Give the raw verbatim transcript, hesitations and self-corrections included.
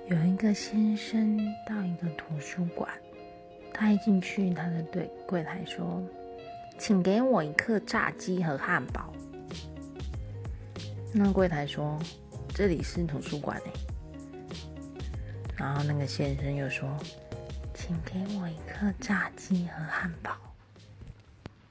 有一个先生到一个图书馆，他一进去，他的对柜台说：“请给我一克炸鸡和汉堡。”那柜台说：“这里是图书馆欸。”然后那个先生又说：“请给我一克炸鸡和汉堡。”